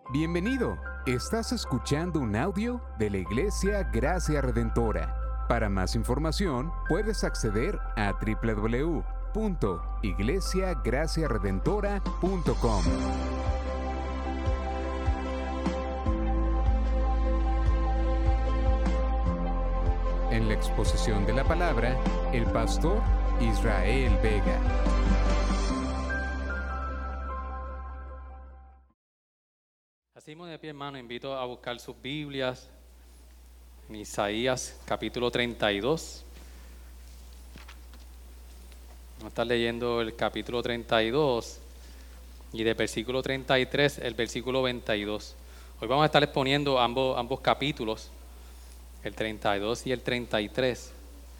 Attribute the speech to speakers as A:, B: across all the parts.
A: Bienvenido. Estás escuchando un audio de la Iglesia Gracia Redentora. Para más información, puedes acceder a www.iglesiagraciaredentora.com. En la exposición de la palabra, el pastor Israel Vega.
B: Así de pie, hermano, invito a buscar sus Biblias en Isaías capítulo 32. Vamos a estar leyendo el capítulo 32 y del versículo 33 el versículo 22. Hoy vamos a estar exponiendo ambos capítulos, el 32 y el 33.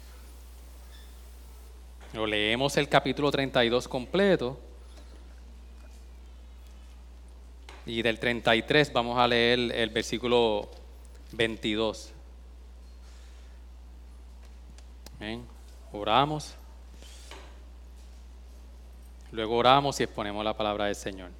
B: Lo leemos el capítulo 32 completo. Y del 33 vamos a leer el versículo 22. Amén. Oramos. Luego oramos y exponemos la palabra del Señor.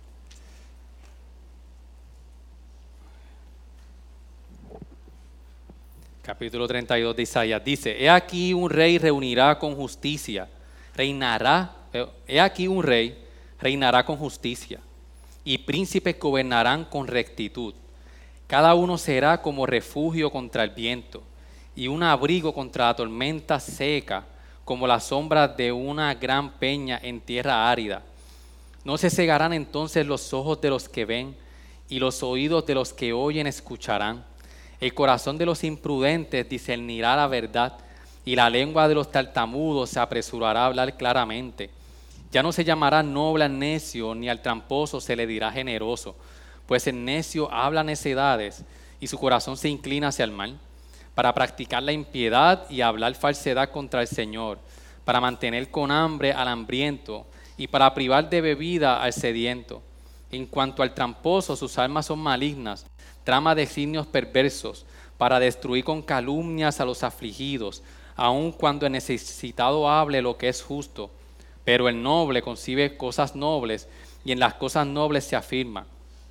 B: Capítulo 32 de Isaías dice: He aquí un rey reunirá con justicia, reinará. He aquí un rey reinará con justicia, y príncipes gobernarán con rectitud. Cada uno será como refugio contra el viento, y un abrigo contra la tormenta seca, como la sombra de una gran peña en tierra árida. No se cegarán entonces los ojos de los que ven, y los oídos de los que oyen escucharán. El corazón de los imprudentes discernirá la verdad, y la lengua de los tartamudos se apresurará a hablar claramente. Ya no se llamará noble al necio, ni al tramposo se le dirá generoso, pues el necio habla necedades y su corazón se inclina hacia el mal, para practicar la impiedad y hablar falsedad contra el Señor, para mantener con hambre al hambriento y para privar de bebida al sediento. En cuanto al tramposo, sus almas son malignas, trama designios perversos, para destruir con calumnias a los afligidos, aun cuando el necesitado hable lo que es justo. Pero el noble concibe cosas nobles, y en las cosas nobles se afirma.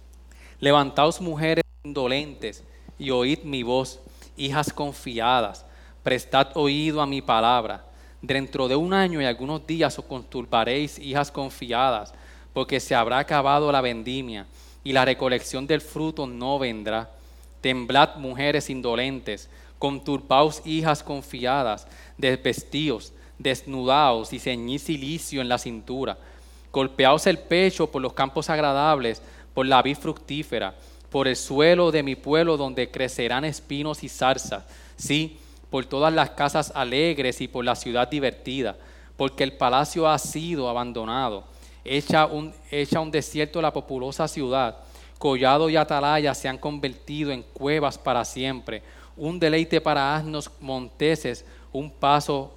B: Levantaos, mujeres indolentes, y oíd mi voz, hijas confiadas, prestad oído a mi palabra. Dentro de un año y algunos días os conturbaréis, hijas confiadas, porque se habrá acabado la vendimia, y la recolección del fruto no vendrá. Temblad, mujeres indolentes, conturbaos, hijas confiadas, desvestíos, desnudaos y ceñid cilicio en la cintura. Golpeaos el pecho por los campos agradables, por la vid fructífera, por el suelo de mi pueblo donde crecerán espinos y zarzas. Sí, por todas las casas alegres y por la ciudad divertida, porque el palacio ha sido abandonado. Hecha un desierto la populosa ciudad. Collado y atalaya se han convertido en cuevas para siempre. Un deleite para asnos monteses, un pasto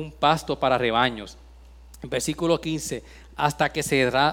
B: para rebaños. Versículo 15, hasta que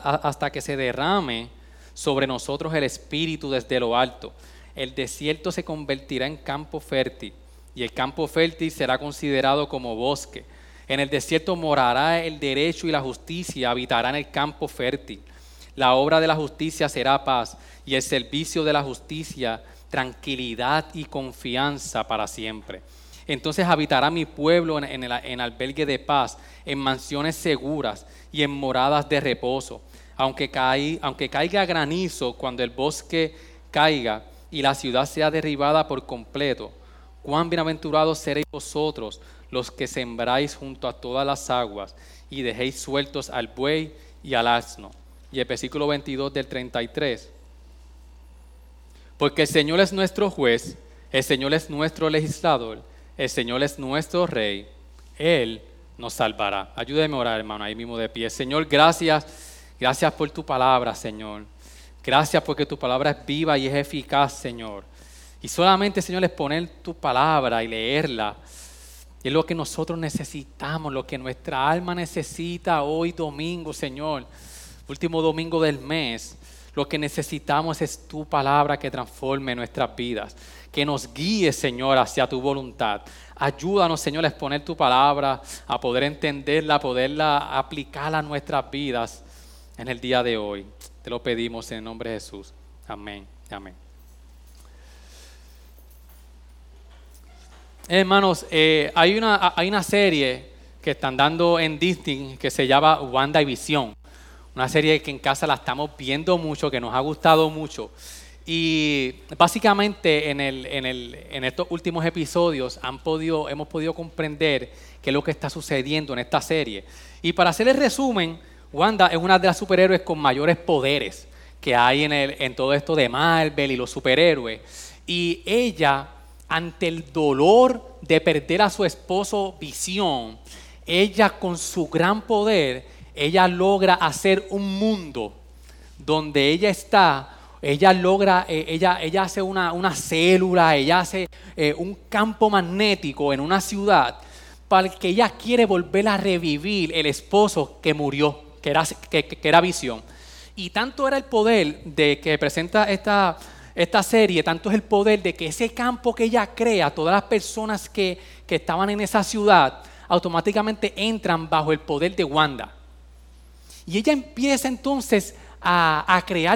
B: se derrame sobre nosotros el Espíritu desde lo alto. El desierto se convertirá en campo fértil, y el campo fértil será considerado como bosque. En el desierto morará el derecho y la justicia, habitará en el campo fértil. La obra de la justicia será paz, y el servicio de la justicia tranquilidad y confianza para siempre. Entonces habitará mi pueblo en albergue de paz, en mansiones seguras y en moradas de reposo. Aunque caiga granizo cuando el bosque caiga y la ciudad sea derribada por completo, cuán bienaventurados seréis vosotros los que sembráis junto a todas las aguas y dejéis sueltos al buey y al asno. Y el versículo 22 del 33. Porque el Señor es nuestro juez, el Señor es nuestro legislador, el Señor es nuestro Rey, Él nos salvará. Ayúdeme a orar, hermano, ahí mismo de pie. Señor, gracias por tu palabra, Señor. Gracias porque tu palabra es viva y es eficaz, Señor. Y solamente, Señor, es poner tu palabra y leerla. Y es lo que nosotros necesitamos, lo que nuestra alma necesita hoy domingo, Señor. Último domingo del mes. Lo que necesitamos es tu palabra que transforme nuestras vidas, que nos guíe, Señor, hacia tu voluntad. Ayúdanos, Señor, a exponer tu palabra, a poder entenderla, a poderla aplicar a nuestras vidas en el día de hoy. Te lo pedimos en el nombre de Jesús. Amén. Amén. Hermanos, hay una serie que están dando en Disney que se llama WandaVision. Una serie que en casa la estamos viendo mucho, que nos ha gustado mucho. Y básicamente en estos últimos episodios hemos podido comprender qué es lo que está sucediendo en esta serie. Y para hacer el resumen, Wanda es una de las superhéroes con mayores poderes que hay en todo esto de Marvel y los superhéroes. Y ella, ante el dolor de perder a su esposo Visión, ella con su gran poder, ella logra hacer un mundo donde ella hace una célula, ella hace un campo magnético en una ciudad para que ella quiere volver a revivir el esposo que murió, que era Visión. Y tanto era el poder de que presenta esta serie, tanto es el poder de que ese campo que ella crea, todas las personas que estaban en esa ciudad, automáticamente entran bajo el poder de Wanda. Y ella empieza entonces a crear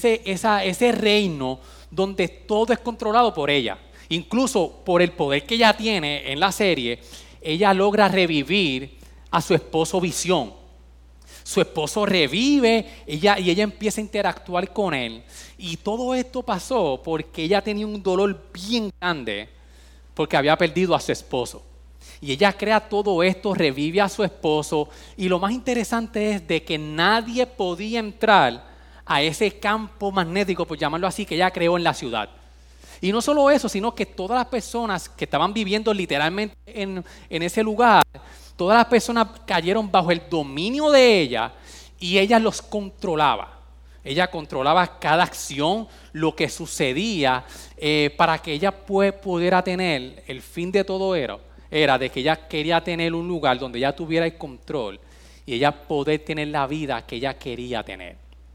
B: ese reino donde todo es controlado por ella. Incluso por el poder que ella tiene en la serie, ella logra revivir a su esposo Visión. Su esposo revive y ella empieza a interactuar con él. Y todo esto pasó porque ella tenía un dolor bien grande porque había perdido a su esposo. Y ella crea todo esto, revive a su esposo. Y lo más interesante es de que nadie podía entrar a ese campo magnético, por llamarlo así, que ella creó en la ciudad. Y no solo eso, sino que todas las personas que estaban viviendo literalmente en ese lugar, todas las personas cayeron bajo el dominio de ella y ella los controlaba. Ella controlaba cada acción, lo que sucedía, para que ella pudiera tener, el fin de todo era de que ella quería tener un lugar donde ella tuviera el control y ella poder tener la vida que ella quería tener.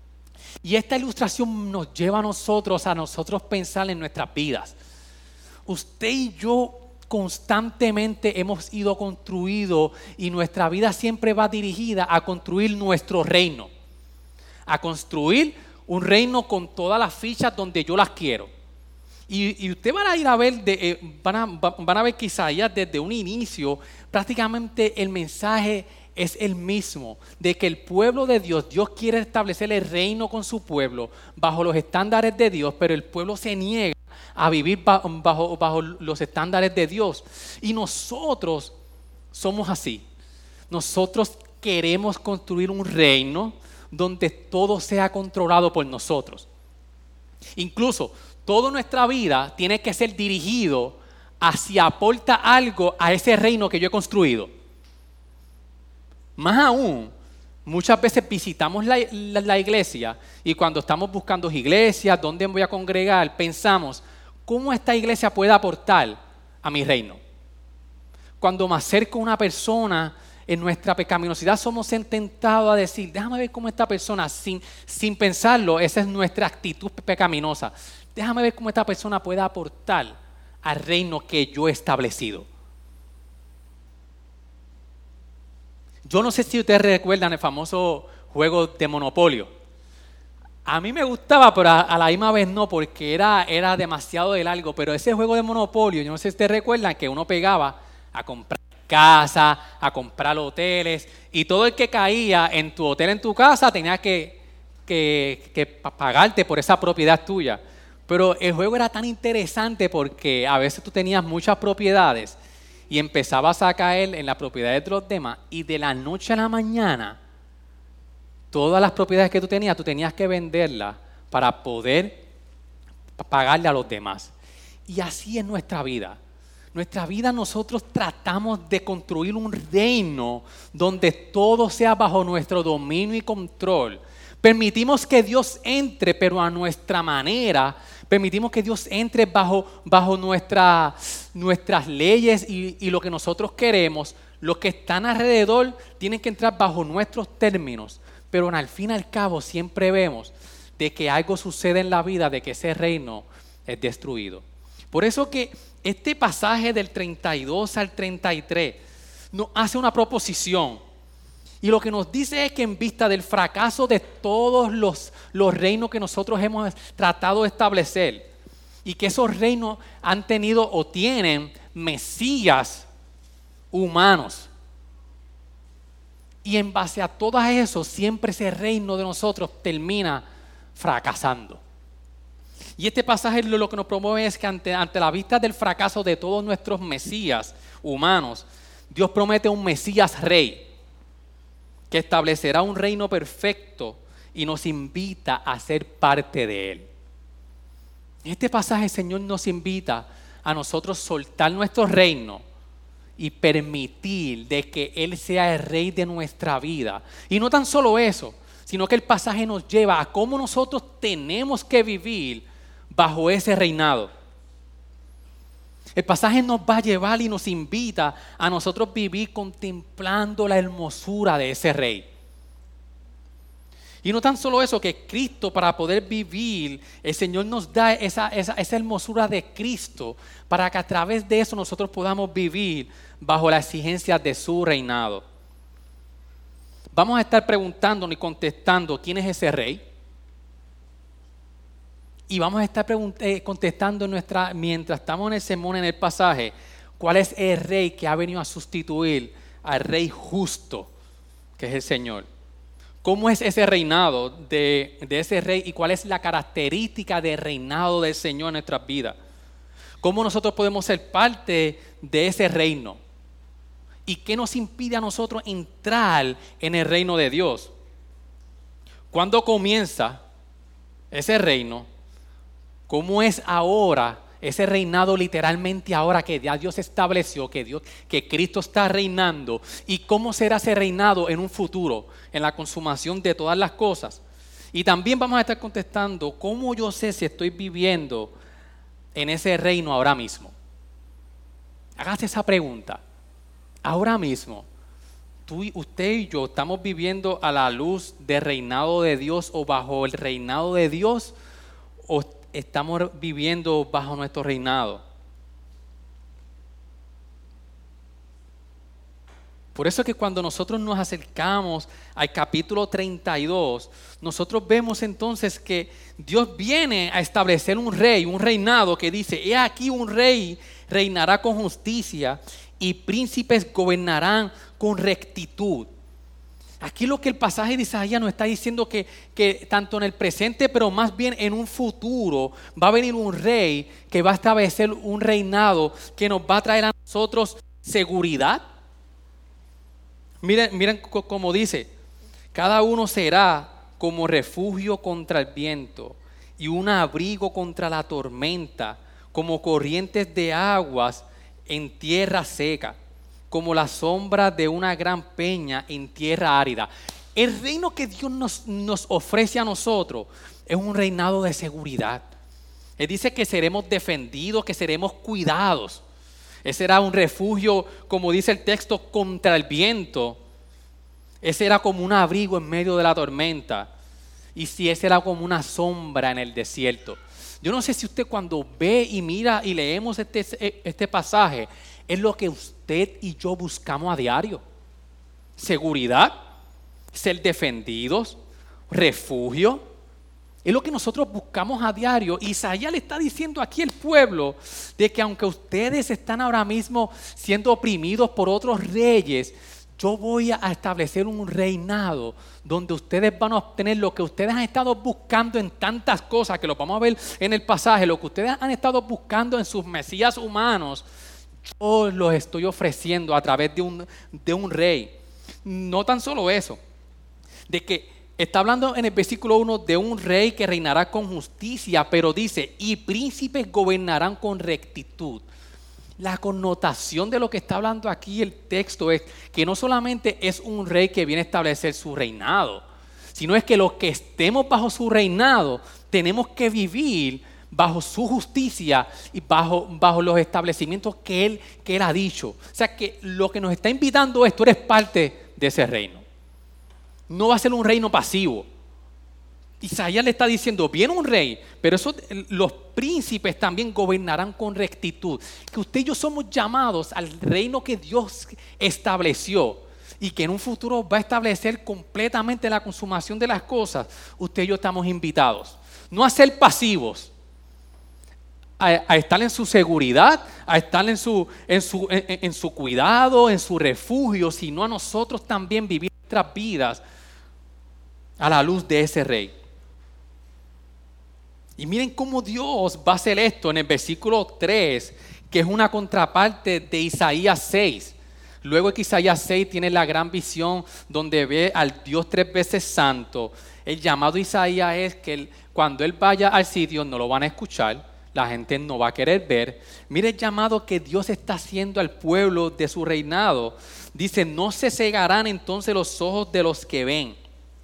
B: Y esta ilustración nos lleva a nosotros pensar en nuestras vidas. Usted y yo constantemente hemos ido construido y nuestra vida siempre va dirigida a construir nuestro reino. A construir un reino con todas las fichas donde yo las quiero. Y ustedes van a ir a ver, van a ver que Isaías desde un inicio, prácticamente el mensaje es el mismo, de que el pueblo de Dios quiere establecer el reino con su pueblo bajo los estándares de Dios, pero el pueblo se niega a vivir bajo los estándares de Dios. Y nosotros somos así. Nosotros queremos construir un reino donde todo sea controlado por nosotros. Incluso toda nuestra vida tiene que ser dirigido hacia aporta algo a ese reino que yo he construido. Más aún, muchas veces visitamos la iglesia y cuando estamos buscando iglesias, dónde voy a congregar, pensamos, ¿cómo esta iglesia puede aportar a mi reino? Cuando me acerco a una persona, en nuestra pecaminosidad somos tentados a decir, déjame ver cómo esta persona, sin pensarlo, esa es nuestra actitud pecaminosa. Déjame ver cómo esta persona puede aportar al reino que yo he establecido. Yo no sé si ustedes recuerdan el famoso juego de Monopolio. A mí me gustaba, pero a la misma vez no, porque era demasiado de largo. Pero ese juego de Monopolio, yo no sé si ustedes recuerdan que uno pegaba a comprar casa, a comprar hoteles, y todo el que caía en tu hotel, en tu casa, tenía que pagarte por esa propiedad tuya. Pero el juego era tan interesante porque a veces tú tenías muchas propiedades y empezabas a caer en las propiedades de los demás, y de la noche a la mañana todas las propiedades que tú tenías que venderlas para poder pagarle a los demás. Y así es nuestra vida. Nuestra vida, nosotros tratamos de construir un reino donde todo sea bajo nuestro dominio y control. Permitimos que Dios entre, pero a nuestra manera. Permitimos que Dios entre bajo nuestras leyes y lo que nosotros queremos. Los que están alrededor tienen que entrar bajo nuestros términos. Pero al fin y al cabo siempre vemos de que algo sucede en la vida, de que ese reino es destruido. Por eso que este pasaje del 32 al 33 nos hace una proposición. Y lo que nos dice es que en vista del fracaso de todos los reinos que nosotros hemos tratado de establecer, y que esos reinos han tenido o tienen mesías humanos, y en base a todo eso, siempre ese reino de nosotros termina fracasando. Y este pasaje lo que nos promueve es que ante la vista del fracaso de todos nuestros mesías humanos, Dios promete un mesías rey que establecerá un reino perfecto y nos invita a ser parte de él. En este pasaje el Señor nos invita a nosotros soltar nuestro reino y permitir de que Él sea el rey de nuestra vida. Y no tan solo eso, sino que el pasaje nos lleva a cómo nosotros tenemos que vivir bajo ese reinado. El pasaje nos va a llevar y nos invita a nosotros vivir contemplando la hermosura de ese rey. Y no tan solo eso, que Cristo, para poder vivir, el Señor nos da esa hermosura de Cristo para que a través de eso nosotros podamos vivir bajo las exigencias de su reinado. Vamos a estar preguntándonos y contestando quién es ese rey. Y vamos a estar contestando mientras estamos en el sermón, en el pasaje, cuál es el rey que ha venido a sustituir al rey justo, que es el Señor. ¿Cómo es ese reinado de ese rey y cuál es la característica del reinado del Señor en nuestras vidas? ¿Cómo nosotros podemos ser parte de ese reino? ¿Y qué nos impide a nosotros entrar en el reino de Dios? ¿Cuándo comienza ese reino? ¿Cómo es ahora ese reinado literalmente ahora que ya Dios estableció, que Cristo está reinando? ¿Y cómo será ese reinado en un futuro, en la consumación de todas las cosas? Y también vamos a estar contestando, ¿cómo yo sé si estoy viviendo en ese reino ahora mismo? Hágase esa pregunta. Ahora mismo, usted y yo estamos viviendo a la luz del reinado de Dios o bajo el reinado de Dios, o estamos viviendo bajo nuestro reinado. Por eso es que cuando nosotros nos acercamos al capítulo 32, nosotros vemos entonces que Dios viene a establecer un rey, un reinado que dice, he aquí un rey reinará con justicia y príncipes gobernarán con rectitud. Aquí lo que el pasaje de Isaías nos está diciendo que tanto en el presente, pero más bien en un futuro, va a venir un rey que va a establecer un reinado que nos va a traer a nosotros seguridad. Miren cómo dice, cada uno será como refugio contra el viento y un abrigo contra la tormenta, como corrientes de aguas en tierra seca, como la sombra de una gran peña en tierra árida. El reino que Dios nos ofrece a nosotros es un reinado de seguridad. Él dice que seremos defendidos, que seremos cuidados. Ese era un refugio, como dice el texto, contra el viento. Ese era como un abrigo en medio de la tormenta. Y si ese era como una sombra en el desierto. Yo no sé si usted cuando ve y mira y leemos este pasaje, es lo que usted y yo buscamos a diario. Seguridad, ser defendidos, refugio. Es lo que nosotros buscamos a diario. Isaías le está diciendo aquí al pueblo de que aunque ustedes están ahora mismo siendo oprimidos por otros reyes, yo voy a establecer un reinado donde ustedes van a obtener lo que ustedes han estado buscando en tantas cosas, que lo vamos a ver en el pasaje, lo que ustedes han estado buscando en sus mesías humanos. Yo los estoy ofreciendo a través de un rey. No tan solo eso, de que está hablando en el versículo 1 de un rey que reinará con justicia, pero dice, y príncipes gobernarán con rectitud. La connotación de lo que está hablando aquí el texto es que no solamente es un rey que viene a establecer su reinado, sino es que los que estemos bajo su reinado tenemos que vivir bajo su justicia y bajo los establecimientos que él ha dicho. O sea que lo que nos está invitando es, tú eres parte de ese reino. No va a ser un reino pasivo. Isaías le está diciendo, viene un rey, pero los príncipes también gobernarán con rectitud. Que usted y yo somos llamados al reino que Dios estableció. y que en un futuro va a establecer completamente la consumación de las cosas, usted y yo estamos invitados. No a ser pasivos, a estar en su seguridad, a estar en su cuidado, en su refugio, sino a nosotros también vivir nuestras vidas a la luz de ese Rey. Y miren cómo Dios va a hacer esto en el versículo 3, que es una contraparte de Isaías 6. Luego que Isaías 6 tiene la gran visión donde ve al Dios 3 veces santo. El llamado de Isaías es que cuando él vaya al sitio no lo van a escuchar, la gente no va a querer ver. Mire el llamado que Dios está haciendo al pueblo de su reinado. Dice, no se cegarán entonces los ojos de los que ven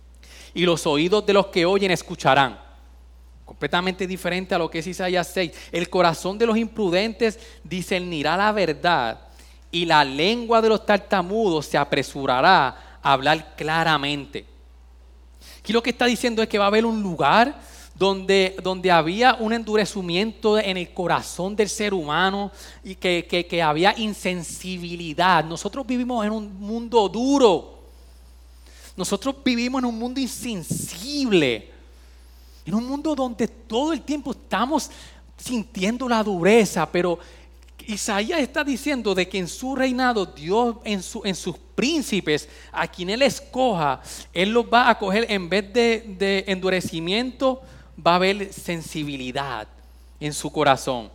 B: y los oídos de los que oyen escucharán. Completamente diferente a lo que es Isaías 6. El corazón de los imprudentes discernirá la verdad y la lengua de los tartamudos se apresurará a hablar claramente. Aquí lo que está diciendo es que va a haber un lugar donde había un endurecimiento en el corazón del ser humano y que había insensibilidad. Nosotros vivimos en un mundo duro. Nosotros vivimos en un mundo insensible. En un mundo donde todo el tiempo estamos sintiendo la dureza, pero Isaías está diciendo de que en su reinado Dios en sus príncipes, a quien Él escoja, Él los va a coger en vez de endurecimiento, va a haber sensibilidad en su corazón.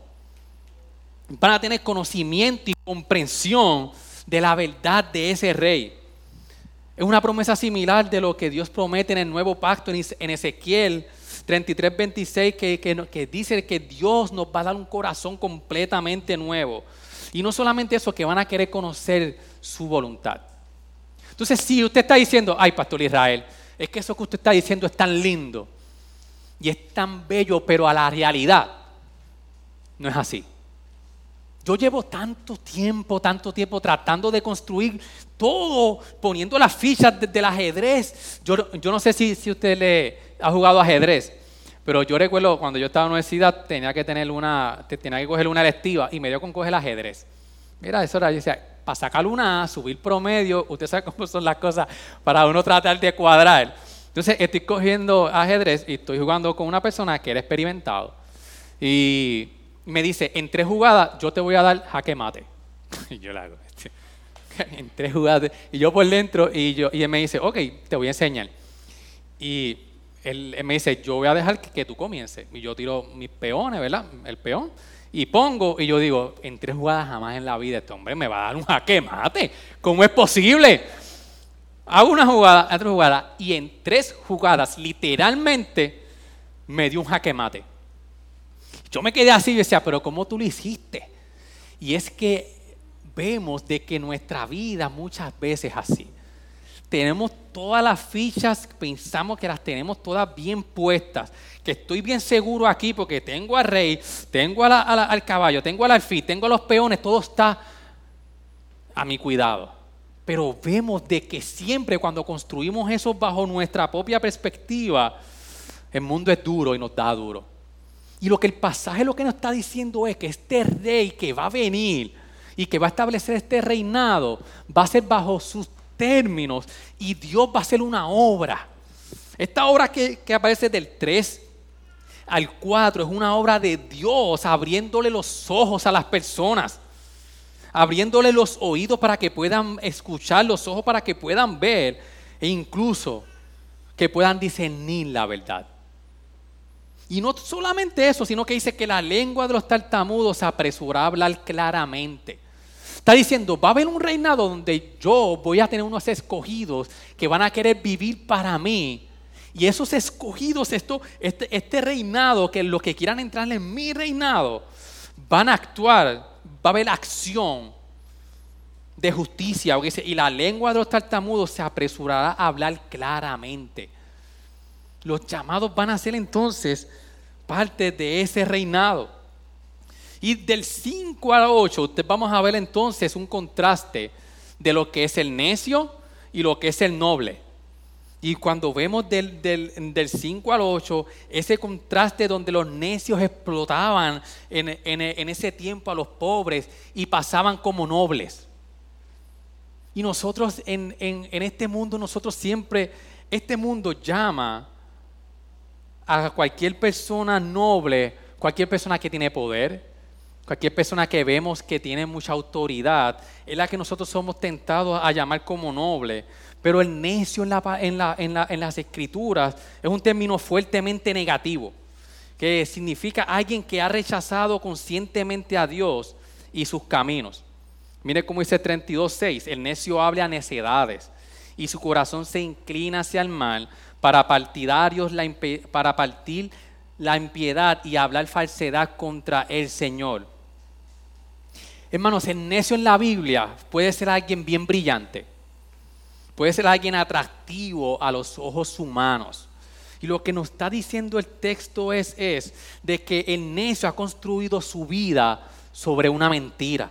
B: Van a tener conocimiento y comprensión de la verdad de ese Rey. Es una promesa similar de lo que Dios promete en el nuevo pacto en Ezequiel 33:26 que dice que Dios nos va a dar un corazón completamente nuevo. Y no solamente eso, que van a querer conocer su voluntad. Entonces, si usted está diciendo, ay, Pastor Israel, es que eso que usted está diciendo es tan lindo y es tan bello, pero a la realidad no es así. Yo llevo tanto tiempo tratando de construir todo, poniendo las fichas del ajedrez. Yo no sé si usted le ha jugado ajedrez, pero yo recuerdo cuando yo estaba en la universidad tenía que coger una electiva y me dio con coger el ajedrez. Mira, eso era, yo decía, para sacar una A, subir promedio, usted sabe cómo son las cosas para uno tratar de cuadrar. Entonces estoy cogiendo ajedrez y estoy jugando con una persona que era experimentado y me dice, en 3 jugadas yo te voy a dar jaque mate. Y yo le hago, en 3 jugadas. Y yo por dentro, y él me dice, ok, te voy a enseñar. Y él me dice, yo voy a dejar que tú comiences. Y yo tiro mis peones, ¿verdad? El peón. Y pongo, y yo digo, en 3 jugadas jamás en la vida este hombre me va a dar un jaque mate. ¿Cómo es posible? Hago una jugada, otra jugada, y en 3 jugadas, literalmente, me dio un jaque mate. Yo me quedé así y decía, pero ¿cómo tú lo hiciste? Y es que vemos de que nuestra vida muchas veces es así. Tenemos todas las fichas, pensamos que las tenemos todas bien puestas, que estoy bien seguro aquí porque tengo al rey, tengo al caballo, tengo al alfil, tengo a los peones, todo está a mi cuidado. Pero vemos de que siempre cuando construimos eso bajo nuestra propia perspectiva, el mundo es duro y nos da duro. Y lo que el pasaje lo que nos está diciendo es que este rey que va a venir y que va a establecer este reinado va a ser bajo sus términos y Dios va a hacer una obra. Esta obra que aparece del 3 al 4 es una obra de Dios abriéndole los ojos a las personas, abriéndole los oídos para que puedan escuchar, los ojos para que puedan ver e incluso que puedan discernir la verdad. Y no solamente eso, sino que dice que la lengua de los tartamudos se apresurará a hablar claramente. Está diciendo, va a haber un reinado donde yo voy a tener unos escogidos que van a querer vivir para mí. Y esos escogidos, este reinado, que los que quieran entrar en mi reinado, van a actuar, va a haber acción de justicia. Y la lengua de los tartamudos se apresurará a hablar claramente. Los llamados van a ser entonces parte de ese reinado. Y del 5 al 8, vamos a ver entonces un contraste de lo que es el necio y lo que es el noble. Y cuando vemos del 5 al 8, ese contraste donde los necios explotaban en ese tiempo a los pobres y pasaban como nobles. Y nosotros en este mundo, este mundo llama a cualquier persona noble, cualquier persona que tiene poder, cualquier persona que vemos que tiene mucha autoridad, es la que nosotros somos tentados a llamar como noble. Pero el necio en las Escrituras es un término fuertemente negativo, que significa alguien que ha rechazado conscientemente a Dios y sus caminos. Mire cómo dice 32:6, el necio habla necedades y su corazón se inclina hacia el mal para partir la impiedad y hablar falsedad contra el Señor. Hermanos, el necio en la Biblia puede ser alguien bien brillante, puede ser alguien atractivo a los ojos humanos. Y lo que nos está diciendo el texto es de que el necio ha construido su vida sobre una mentira.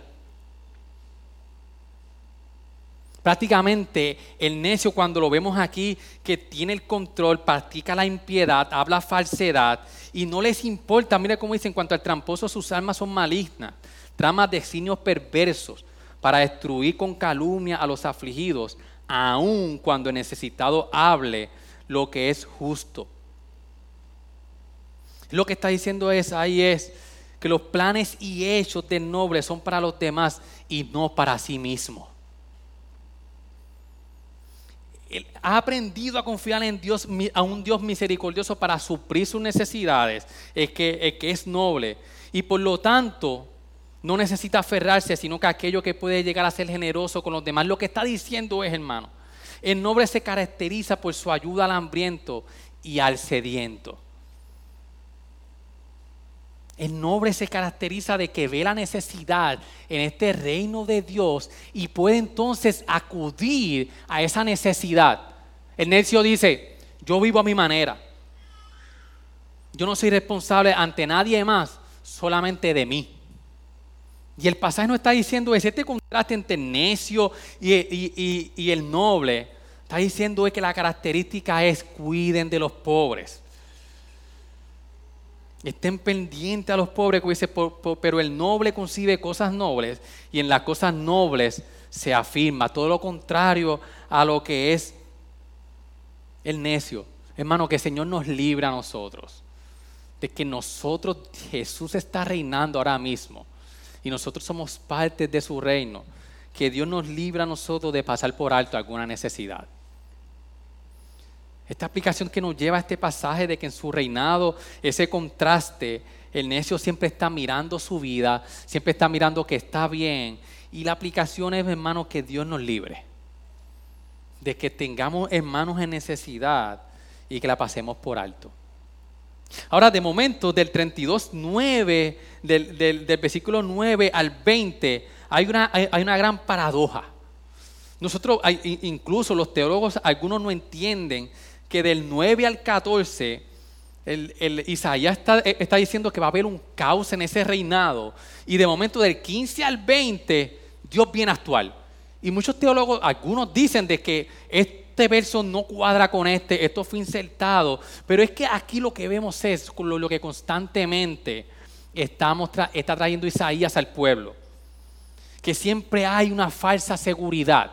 B: Prácticamente el necio, cuando lo vemos aquí, que tiene el control, practica la impiedad, habla falsedad y no les importa. Mira cómo dice: en cuanto al tramposo, sus almas son malignas, tramas designios perversos para destruir con calumnia a los afligidos, aun cuando el necesitado hable lo que es justo. Lo que está diciendo es que los planes y hechos del noble son para los demás y no para sí mismo. Él ha aprendido a confiar en Dios, a un Dios misericordioso para suplir sus necesidades, el que es noble, y por lo tanto no necesita aferrarse, sino que aquello que puede llegar a ser generoso con los demás. Lo que está diciendo es, hermano, el noble se caracteriza por su ayuda al hambriento y al sediento. El noble se caracteriza de que ve la necesidad en este reino de Dios y puede entonces acudir a esa necesidad. El necio dice: yo vivo a mi manera. Yo no soy responsable ante nadie más, solamente de mí. Y el pasaje nos está diciendo este contraste entre el necio y el noble. Está diciendo que la característica es: cuiden de los pobres. Estén pendientes a los pobres, como dice, pero el noble concibe cosas nobles y en las cosas nobles se afirma. Todo lo contrario a lo que es el necio. Hermano, que el Señor nos libre a nosotros de que Jesús está reinando ahora mismo y nosotros somos parte de su reino. Que Dios nos libre a nosotros de pasar por alto alguna necesidad. Esta aplicación que nos lleva a este pasaje de que en su reinado, ese contraste, el necio siempre está mirando su vida, siempre está mirando que está bien. Y la aplicación es, hermanos, que Dios nos libre de que tengamos hermanos en necesidad y que la pasemos por alto. Ahora, de momento, del 32:9, del versículo 9 al 20, hay una gran paradoja. Nosotros, incluso los teólogos, algunos no entienden que del 9 al 14, Isaías está diciendo que va a haber un caos en ese reinado. Y de momento del 15 al 20, Dios viene a actuar. Y muchos teólogos, algunos dicen de que este verso no cuadra con esto fue insertado. Pero es que aquí lo que vemos es lo que constantemente está trayendo Isaías al pueblo. Que siempre hay una falsa seguridad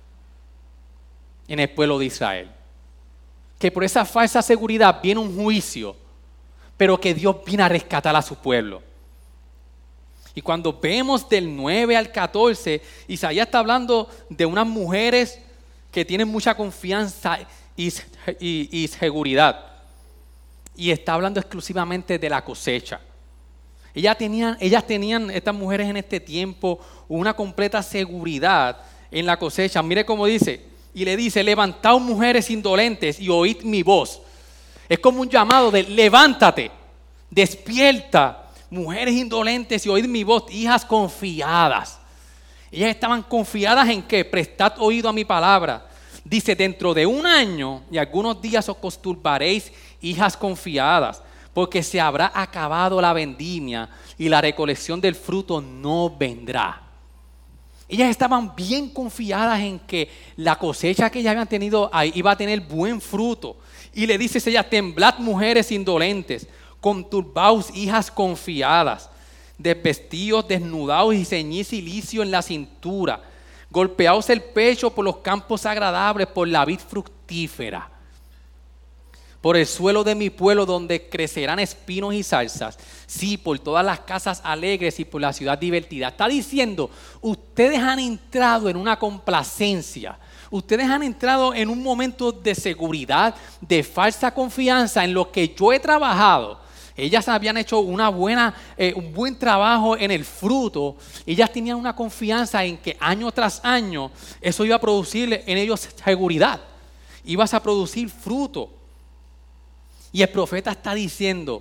B: en el pueblo de Israel. Que por esa falsa seguridad viene un juicio, pero que Dios viene a rescatar a su pueblo. Y cuando vemos del 9 al 14, Isaías está hablando de unas mujeres que tienen mucha confianza y seguridad. Y está hablando exclusivamente de la cosecha. Ellas tenían, estas mujeres en este tiempo, una completa seguridad en la cosecha. Mire cómo dice. Y le dice: levantaos mujeres indolentes y oíd mi voz. Es como un llamado de: levántate, despierta, mujeres indolentes y oíd mi voz, hijas confiadas. Ellas estaban confiadas en que prestad oído a mi palabra. Dice: dentro de un año y algunos días os turbaréis, hijas confiadas, porque se habrá acabado la vendimia y la recolección del fruto no vendrá. Ellas estaban bien confiadas en que la cosecha que ellas habían tenido ahí iba a tener buen fruto. Y le dice ella: temblad mujeres indolentes, conturbaos hijas confiadas, desvestíos, desnudaos y ceñid cilicio en la cintura. Golpeaos el pecho por los campos agradables, por la vid fructífera, por el suelo de mi pueblo donde crecerán espinos y zarzas, sí, por todas las casas alegres y por la ciudad divertida. Está diciendo, ustedes han entrado en una complacencia, ustedes han entrado en un momento de seguridad, de falsa confianza en lo que yo he trabajado. Ellas habían hecho un buen trabajo en el fruto. Ellas tenían una confianza en que año tras año eso iba a producir en ellos seguridad. Ibas a producir fruto. Y el profeta está diciendo,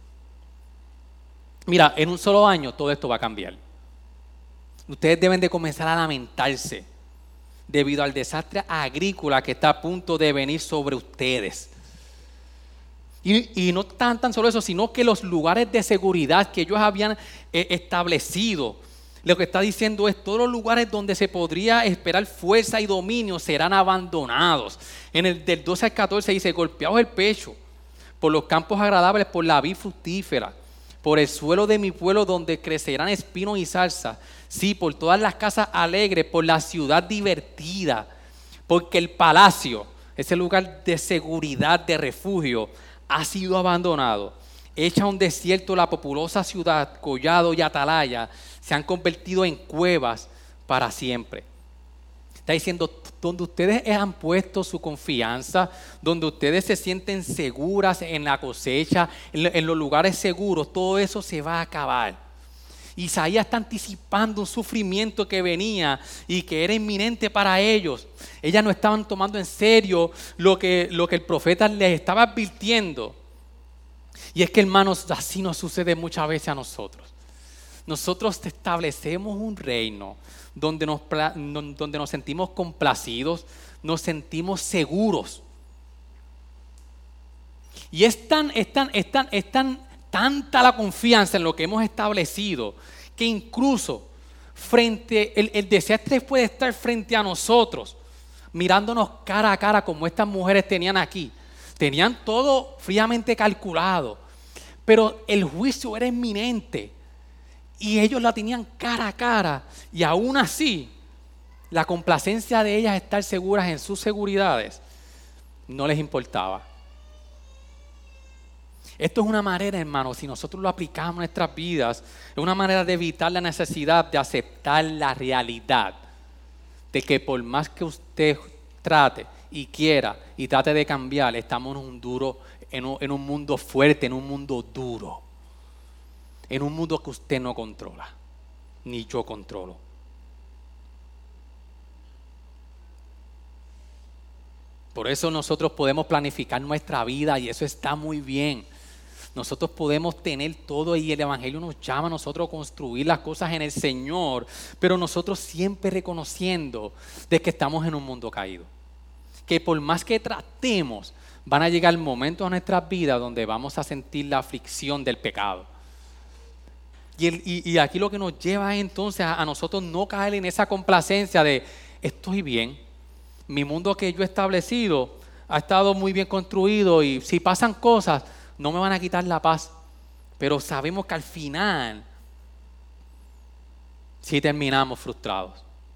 B: mira, en un solo año todo esto va a cambiar. Ustedes deben de comenzar a lamentarse debido al desastre agrícola que está a punto de venir sobre ustedes. Y no tan solo eso, sino que los lugares de seguridad que ellos habían establecido, lo que está diciendo es todos los lugares donde se podría esperar fuerza y dominio serán abandonados. En el del 12 al 14 dice, golpeaos el pecho por los campos agradables, por la vid fructífera, por el suelo de mi pueblo donde crecerán espinos y zarzas, sí, por todas las casas alegres, por la ciudad divertida, porque el palacio, ese lugar de seguridad, de refugio, ha sido abandonado. Hecha a un desierto la populosa ciudad, collado y atalaya, se han convertido en cuevas para siempre. Está diciendo, donde ustedes han puesto su confianza, donde ustedes se sienten seguras en la cosecha, en los lugares seguros, todo eso se va a acabar. Isaías está anticipando un sufrimiento que venía y que era inminente para ellos. Ellas no estaban tomando en serio lo que el profeta les estaba advirtiendo. Y es que, hermanos, así nos sucede muchas veces a nosotros. Nosotros establecemos un reino donde nos sentimos complacidos, nos sentimos seguros. Y es tanta la confianza en lo que hemos establecido que incluso el desastre puede estar frente a nosotros, mirándonos cara a cara como estas mujeres tenían aquí. Tenían todo fríamente calculado, pero el juicio era inminente y ellos la tenían cara a cara, y aún así la complacencia de ellas estar seguras en sus seguridades no les importaba. Esto es una manera, hermanos, si nosotros lo aplicamos en nuestras vidas, es una manera de evitar la necesidad de aceptar la realidad de que por más que usted trate y quiera y trate de cambiar, estamos en un mundo fuerte, en un mundo duro, en un mundo que usted no controla, ni yo controlo. Por eso nosotros podemos planificar nuestra vida y eso está muy bien. Nosotros podemos tener todo y el Evangelio nos llama a nosotros a construir las cosas en el Señor, pero nosotros siempre reconociendo de que estamos en un mundo caído. Que por más que tratemos, van a llegar momentos en nuestras vidas donde vamos a sentir la aflicción del pecado. Y aquí lo que nos lleva es entonces a nosotros no caer en esa complacencia de estoy bien, mi mundo que yo he establecido ha estado muy bien construido y si pasan cosas no me van a quitar la paz, pero sabemos que al final sí terminamos frustrados.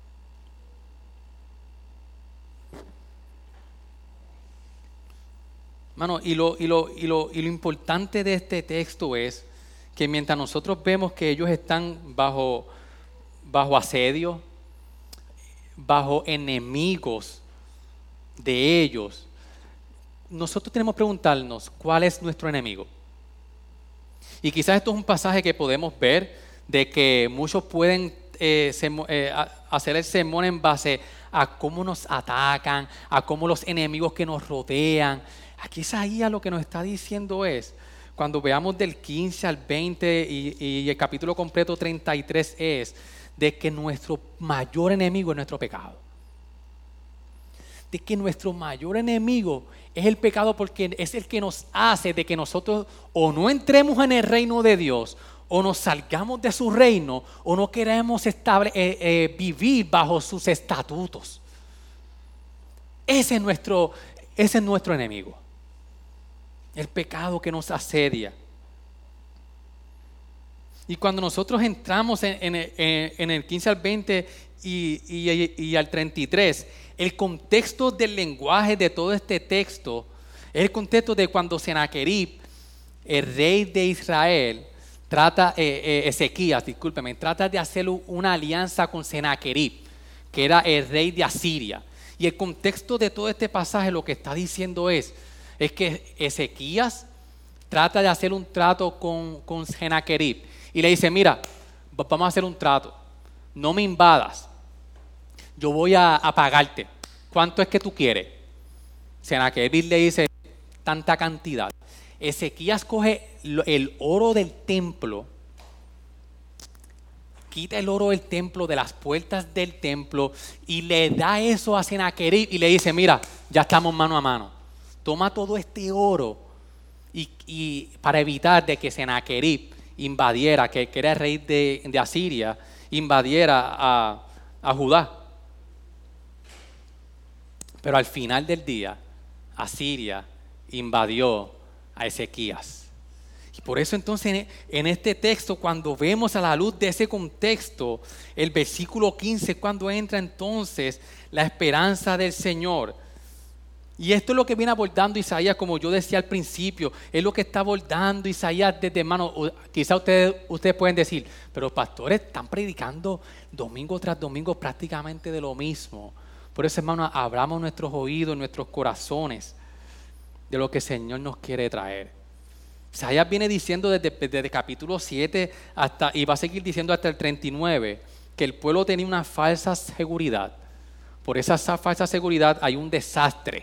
B: Hermano, y lo importante de este texto es que mientras nosotros vemos que ellos están bajo asedio, bajo enemigos de ellos, nosotros tenemos que preguntarnos cuál es nuestro enemigo. Y quizás esto es un pasaje que podemos ver de que muchos pueden hacer el sermón en base a cómo nos atacan, a cómo los enemigos que nos rodean. Aquí Isaías lo que nos está diciendo es, cuando veamos del 15 al 20 y el capítulo completo 33 es de que nuestro mayor enemigo es nuestro pecado. De que nuestro mayor enemigo es el pecado porque es el que nos hace de que nosotros o no entremos en el reino de Dios o nos salgamos de su reino o no queremos vivir bajo sus estatutos. Ese es nuestro enemigo. El pecado que nos asedia. Y cuando nosotros entramos en el 15 al 20 y al 33, el contexto del lenguaje de todo este texto es el contexto de cuando Sennacherib, el rey de Israel, Ezequías, discúlpeme, trata de hacer una alianza con Sennacherib, que era el rey de Asiria. Y el contexto de todo este pasaje lo que está diciendo es que Ezequías trata de hacer un trato con Sennacherib y le dice, mira, vamos a hacer un trato, no me invadas, yo voy a pagarte. ¿Cuánto es que tú quieres? Sennacherib le dice, tanta cantidad. Ezequías coge el oro del templo, quita el oro del templo, de las puertas del templo, y le da eso a Sennacherib y le dice, mira, ya estamos mano a mano. Toma todo este oro y para evitar de que Sennacherib invadiera, que era el rey de Asiria, invadiera a Judá. Pero al final del día, Asiria invadió a Ezequías. Y por eso entonces en este texto, cuando vemos a la luz de ese contexto, el versículo 15 es cuando entra entonces la esperanza del Señor. Y esto es lo que viene abordando Isaías, como yo decía al principio, es lo que está abordando Isaías desde hermano. Quizá ustedes pueden decir, pero los pastores están predicando domingo tras domingo prácticamente de lo mismo. Por eso, hermano, abramos nuestros oídos, nuestros corazones de lo que el Señor nos quiere traer. Isaías viene diciendo desde capítulo 7 y va a seguir diciendo hasta el 39 que el pueblo tenía una falsa seguridad. Por esa falsa seguridad hay un desastre.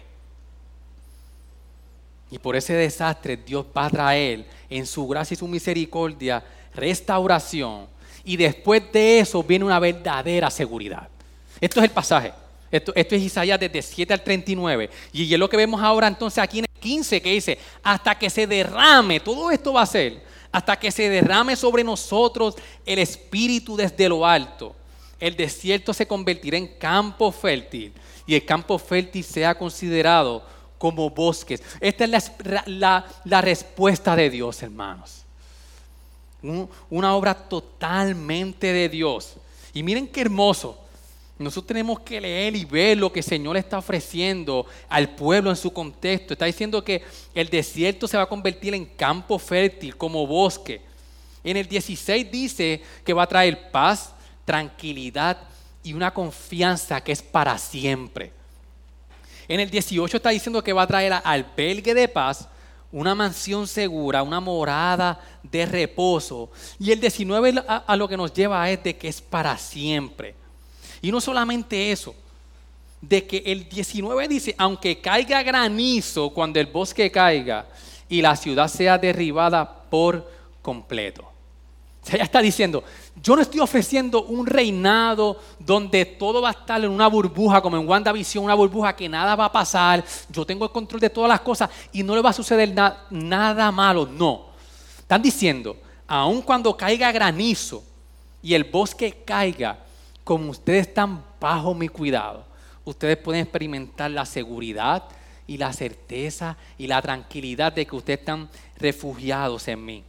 B: Y por ese desastre Dios va a traer en su gracia y su misericordia restauración. Y después de eso viene una verdadera seguridad. Esto es el pasaje. Esto es Isaías desde 7 al 39. Y es lo que vemos ahora entonces aquí en el 15 que dice, hasta que se derrame, todo esto va a ser, hasta que se derrame sobre nosotros el Espíritu desde lo alto. El desierto se convertirá en campo fértil y el campo fértil sea considerado como bosques. Esta es la respuesta de Dios, hermanos. Una obra totalmente de Dios. Y miren qué hermoso. Nosotros tenemos que leer y ver lo que el Señor está ofreciendo al pueblo en su contexto. Está diciendo que el desierto se va a convertir en campo fértil, como bosque. En el 16 dice que va a traer paz, tranquilidad y una confianza que es para siempre. En el 18 está diciendo que va a traer albergue de paz, una mansión segura, una morada de reposo. Y el 19 a lo que nos lleva es de que es para siempre. Y no solamente eso, de que el 19 dice, aunque caiga granizo cuando el bosque caiga y la ciudad sea derribada por completo. O sea, ella está diciendo, yo no estoy ofreciendo un reinado donde todo va a estar en una burbuja, como en WandaVision, una burbuja que nada va a pasar, yo tengo el control de todas las cosas y no le va a suceder nada malo. No, están diciendo, aun cuando caiga granizo y el bosque caiga, como ustedes están bajo mi cuidado, ustedes pueden experimentar la seguridad y la certeza y la tranquilidad de que ustedes están refugiados en mí.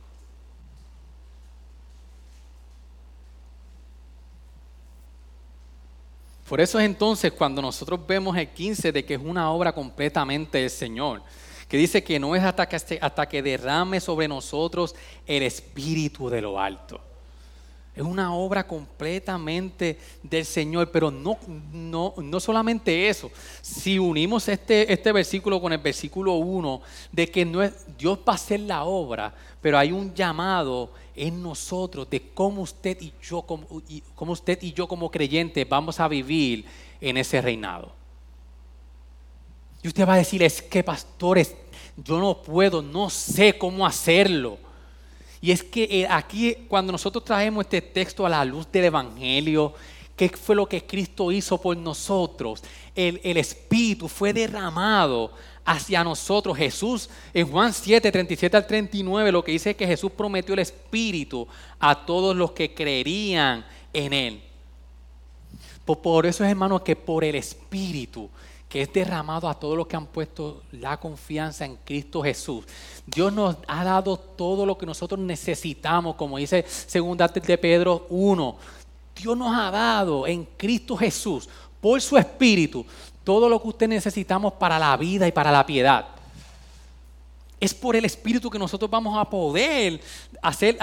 B: Por eso es entonces cuando nosotros vemos el 15 de que es una obra completamente del Señor, que dice que no es hasta que derrame sobre nosotros el Espíritu de lo alto. Es una obra completamente del Señor, pero no solamente eso. Si unimos este versículo con el versículo 1, de que no es, Dios va a hacer la obra, pero hay un llamado en nosotros de cómo usted y yo como creyentes vamos a vivir en ese reinado. Y usted va a decir, es que pastores, yo no puedo, no sé cómo hacerlo. Y es que aquí cuando nosotros traemos este texto a la luz del Evangelio, ¿qué fue lo que Cristo hizo por nosotros? El Espíritu fue derramado hacia nosotros. Jesús en Juan 7, 37 al 39 lo que dice es que Jesús prometió el Espíritu a todos los que creerían en Él. Por eso es, hermano, que por el Espíritu que es derramado a todos los que han puesto la confianza en Cristo Jesús, Dios nos ha dado todo lo que nosotros necesitamos, como dice 2 de Pedro 1, Dios nos ha dado en Cristo Jesús, por su Espíritu, todo lo que usted necesitamos para la vida y para la piedad. Es por el Espíritu que nosotros vamos a poder hacer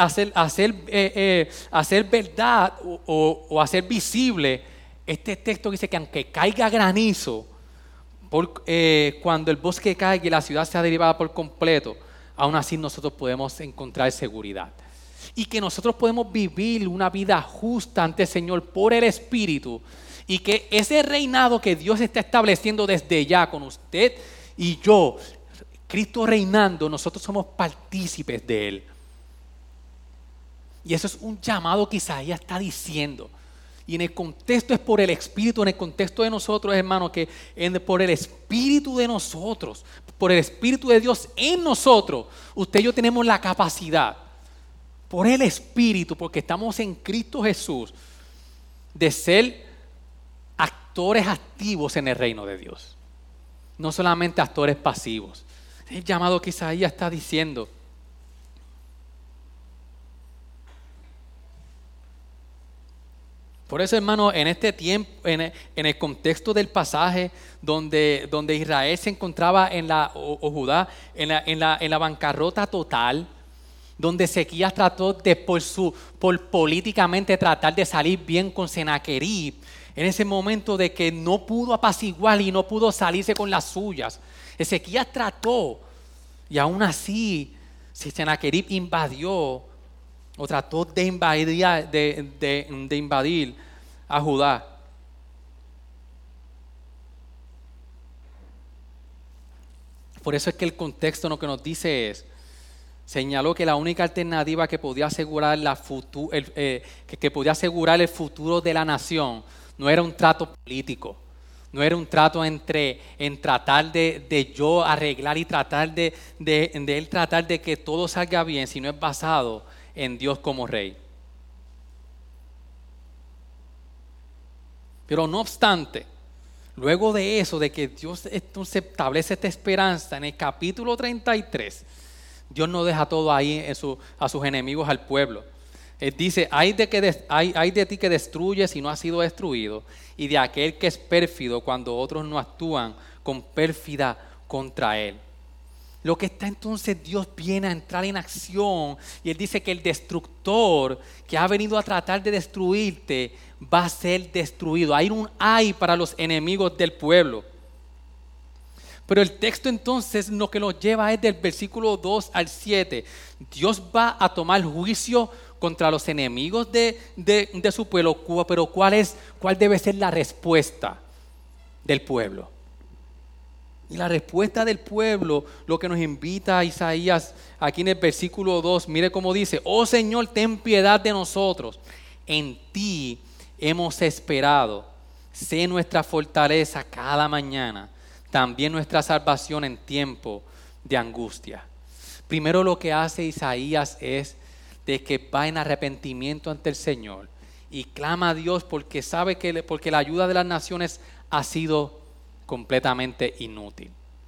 B: verdad o hacer visible este texto que dice que aunque caiga granizo, cuando el bosque caiga y la ciudad sea derribada por completo, aún así nosotros podemos encontrar seguridad. Y que nosotros podemos vivir una vida justa ante el Señor por el Espíritu. Y que ese reinado que Dios está estableciendo desde ya con usted y yo, Cristo reinando, nosotros somos partícipes de Él. Y eso es un llamado que Isaías está diciendo. Y en el contexto es por el Espíritu, en el contexto de nosotros, hermano, que por el Espíritu de nosotros, por el Espíritu de Dios en nosotros, usted y yo tenemos la capacidad, por el Espíritu, porque estamos en Cristo Jesús, de ser actores activos en el reino de Dios. No solamente actores pasivos. Es el llamado que Isaías está diciendo. Por eso, hermano, en este tiempo, en el contexto del pasaje donde Israel se encontraba o Judá en la bancarrota total, donde Ezequías trató de por políticamente tratar de salir bien con Senaquerib, en ese momento de que no pudo apaciguar y no pudo salirse con las suyas, Ezequías trató, y aún así Senaquerib invadió o trató de invadir a Judá. Por eso es que el contexto lo que nos dice es, señaló que la única alternativa que podía asegurar el futuro de la nación no era un trato político, no era un trato en tratar de yo arreglar y tratar de él tratar de que todo salga bien, sino es basado en Dios como Rey. Pero no obstante, luego de eso, de que Dios entonces establece esta esperanza, en el capítulo 33, Dios no deja todo ahí a sus enemigos, al pueblo. Él dice, hay de ti que destruyes y no has sido destruido, y de aquel que es pérfido cuando otros no actúan con pérfida contra él. Lo que está entonces, Dios viene a entrar en acción, y Él dice que el destructor que ha venido a tratar de destruirte va a ser destruido. Hay un ay para los enemigos del pueblo. Pero el texto entonces lo que nos lleva es del versículo 2 al 7. Dios va a tomar juicio contra los enemigos de su pueblo, pero ¿cuál debe ser la respuesta del pueblo? Y la respuesta del pueblo, lo que nos invita a Isaías aquí en el versículo 2, mire cómo dice: oh Señor, ten piedad de nosotros, en ti hemos esperado, sé nuestra fortaleza cada mañana, también nuestra salvación en tiempo de angustia. Primero lo que hace Isaías es de que va en arrepentimiento ante el Señor y clama a Dios porque sabe porque la ayuda de las naciones ha sido completamente inútil.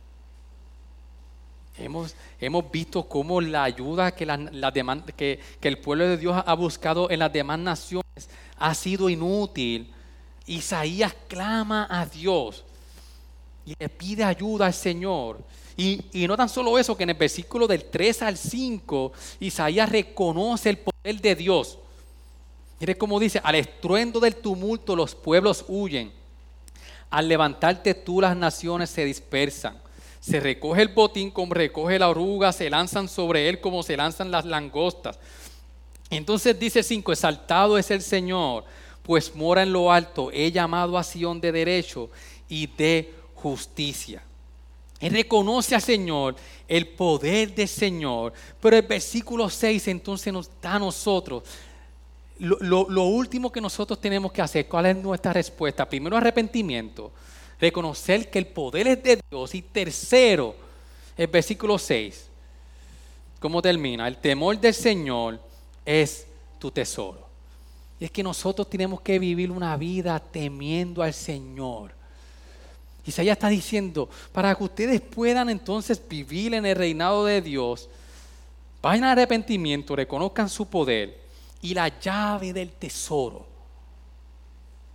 B: Hemos visto cómo la ayuda que el pueblo de Dios ha buscado en las demás naciones ha sido inútil. Isaías clama a Dios y le pide ayuda al Señor. Y no tan solo eso, que en el versículo del 3 al 5, Isaías reconoce el poder de Dios. Mire cómo dice: al estruendo del tumulto los pueblos huyen, al levantarte tú las naciones se dispersan. Se recoge el botín como recoge la oruga, se lanzan sobre él como se lanzan las langostas. Entonces dice el 5: exaltado es el Señor, pues mora en lo alto, he llamado a Sión de derecho y de justicia. Él reconoce al Señor, el poder del Señor, pero el versículo 6 entonces nos da a nosotros lo último que nosotros tenemos que hacer. ¿Cuál es nuestra respuesta? Primero, arrepentimiento, reconocer que el poder es de Dios, y tercero, el versículo 6, ¿cómo termina? El temor del Señor es tu tesoro. Y es que nosotros tenemos que vivir una vida temiendo al Señor. Isaías está diciendo, para que ustedes puedan entonces vivir en el reinado de Dios, vayan al arrepentimiento, reconozcan su poder y la llave del tesoro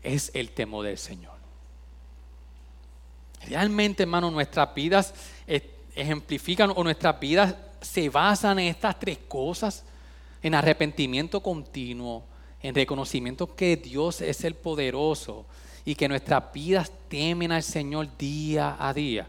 B: es el temor del Señor. Realmente, hermano, nuestras vidas ejemplifican o nuestras vidas se basan en estas tres cosas: en arrepentimiento continuo, en reconocimiento que Dios es el poderoso y que nuestras vidas temen al Señor día a día.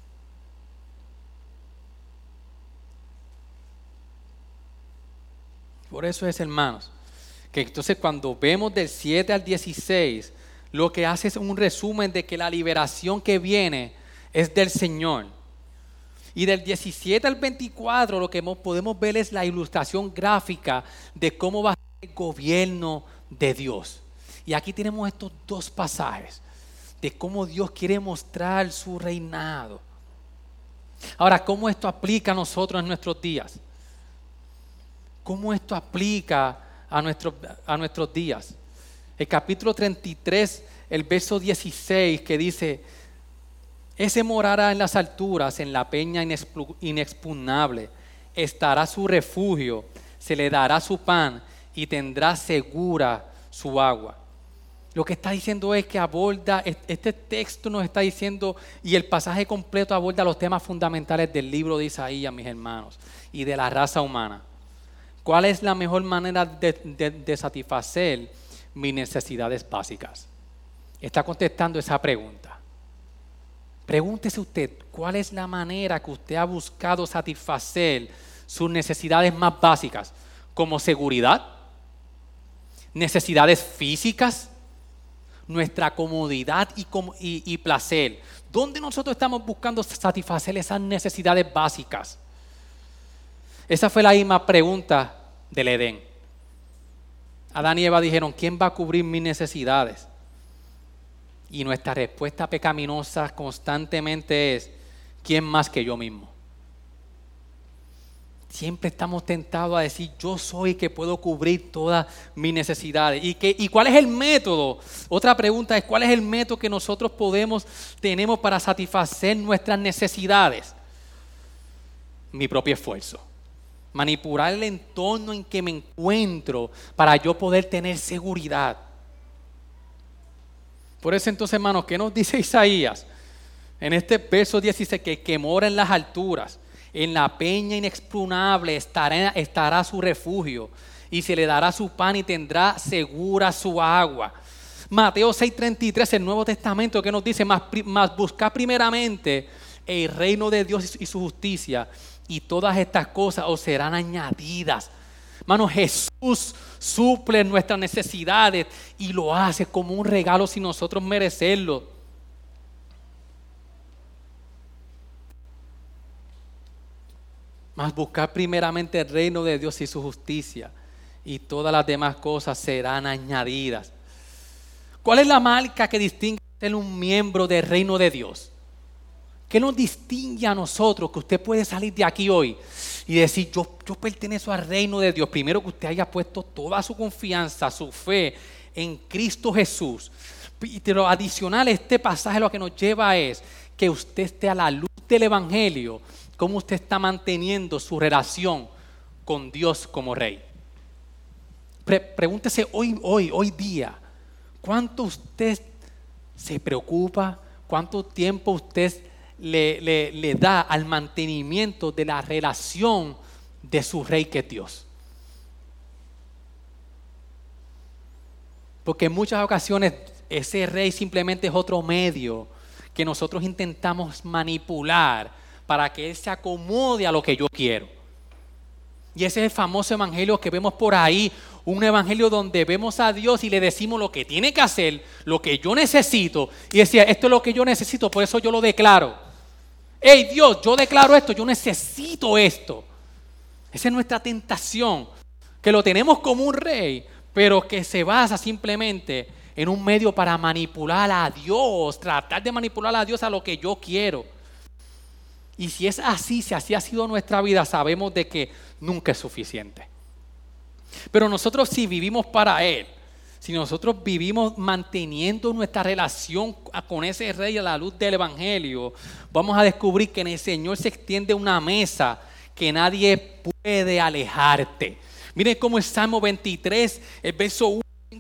B: Por eso es, hermanos, que entonces cuando vemos del 7 al 16, lo que hace es un resumen de que la liberación que viene es del Señor. Y del 17 al 24 lo que podemos ver es la ilustración gráfica de cómo va a ser el gobierno de Dios. Y aquí tenemos estos dos pasajes de cómo Dios quiere mostrar su reinado. Ahora, ¿cómo esto aplica a nosotros en nuestros días? ¿Cómo esto aplica a nuestros días? El capítulo 33, el verso 16, que dice: ese morará en las alturas, en la peña inexpugnable, estará su refugio, se le dará su pan y tendrá segura su agua. Lo que está diciendo es que aborda, este texto nos está diciendo, y el pasaje completo aborda los temas fundamentales del libro de Isaías, mis hermanos, y de la raza humana. ¿Cuál es la mejor manera de satisfacer mis necesidades básicas? Está contestando esa pregunta. Pregúntese usted, ¿cuál es la manera que usted ha buscado satisfacer sus necesidades más básicas? Como seguridad, necesidades físicas, nuestra comodidad y placer. ¿Dónde nosotros estamos buscando satisfacer esas necesidades básicas? Esa fue la misma pregunta del Edén. Adán y Eva dijeron: ¿quién va a cubrir mis necesidades? Y nuestra respuesta pecaminosa constantemente es: ¿quién más que yo mismo? Siempre estamos tentados a decir: yo soy el que puedo cubrir todas mis necesidades. ¿Y cuál es el método? Otra pregunta es: ¿cuál es el método que nosotros tenemos para satisfacer nuestras necesidades? Mi propio esfuerzo. Manipular el entorno en que me encuentro para yo poder tener seguridad. Por eso entonces, hermanos, ¿qué nos dice Isaías? En este verso 16, que mora en las alturas, en la peña inexpugnable estará su refugio, y se le dará su pan y tendrá segura su agua. Mateo 6:33, el Nuevo Testamento, que nos dice: mas buscad primeramente el reino de Dios y su justicia, y todas estas cosas os serán añadidas. Hermano, Jesús suple nuestras necesidades y lo hace como un regalo sin nosotros merecerlo. Mas buscar primeramente el reino de Dios y su justicia, y todas las demás cosas serán añadidas. ¿Cuál es la marca que distingue a ser un miembro del reino de Dios? ¿Qué nos distingue a nosotros? Que usted puede salir de aquí hoy y decir: yo pertenezco al reino de Dios. Primero, que usted haya puesto toda su confianza, su fe en Cristo Jesús. Y lo adicional, este pasaje lo que nos lleva es que usted esté a la luz del Evangelio. ¿Cómo usted está manteniendo su relación con Dios como Rey? Pregúntese hoy día, ¿cuánto usted se preocupa? ¿Cuánto tiempo usted le da al mantenimiento de la relación de su Rey, que es Dios? Porque en muchas ocasiones ese Rey simplemente es otro medio que nosotros intentamos manipular para que Él se acomode a lo que yo quiero. Y ese es el famoso evangelio que vemos por ahí, un evangelio donde vemos a Dios y le decimos lo que tiene que hacer, lo que yo necesito, y decía: esto es lo que yo necesito, por eso yo lo declaro. Hey Dios, yo declaro esto, yo necesito esto. Esa es nuestra tentación, que lo tenemos como un rey, pero que se basa simplemente en un medio para manipular a Dios, tratar de manipular a Dios a lo que yo quiero. Y si es así, si así ha sido nuestra vida, sabemos de que nunca es suficiente. Pero nosotros, si vivimos para Él, si nosotros vivimos manteniendo nuestra relación con ese Rey a la luz del Evangelio, vamos a descubrir que en el Señor se extiende una mesa que nadie puede alejarte. Miren cómo el Salmo 23, el verso 1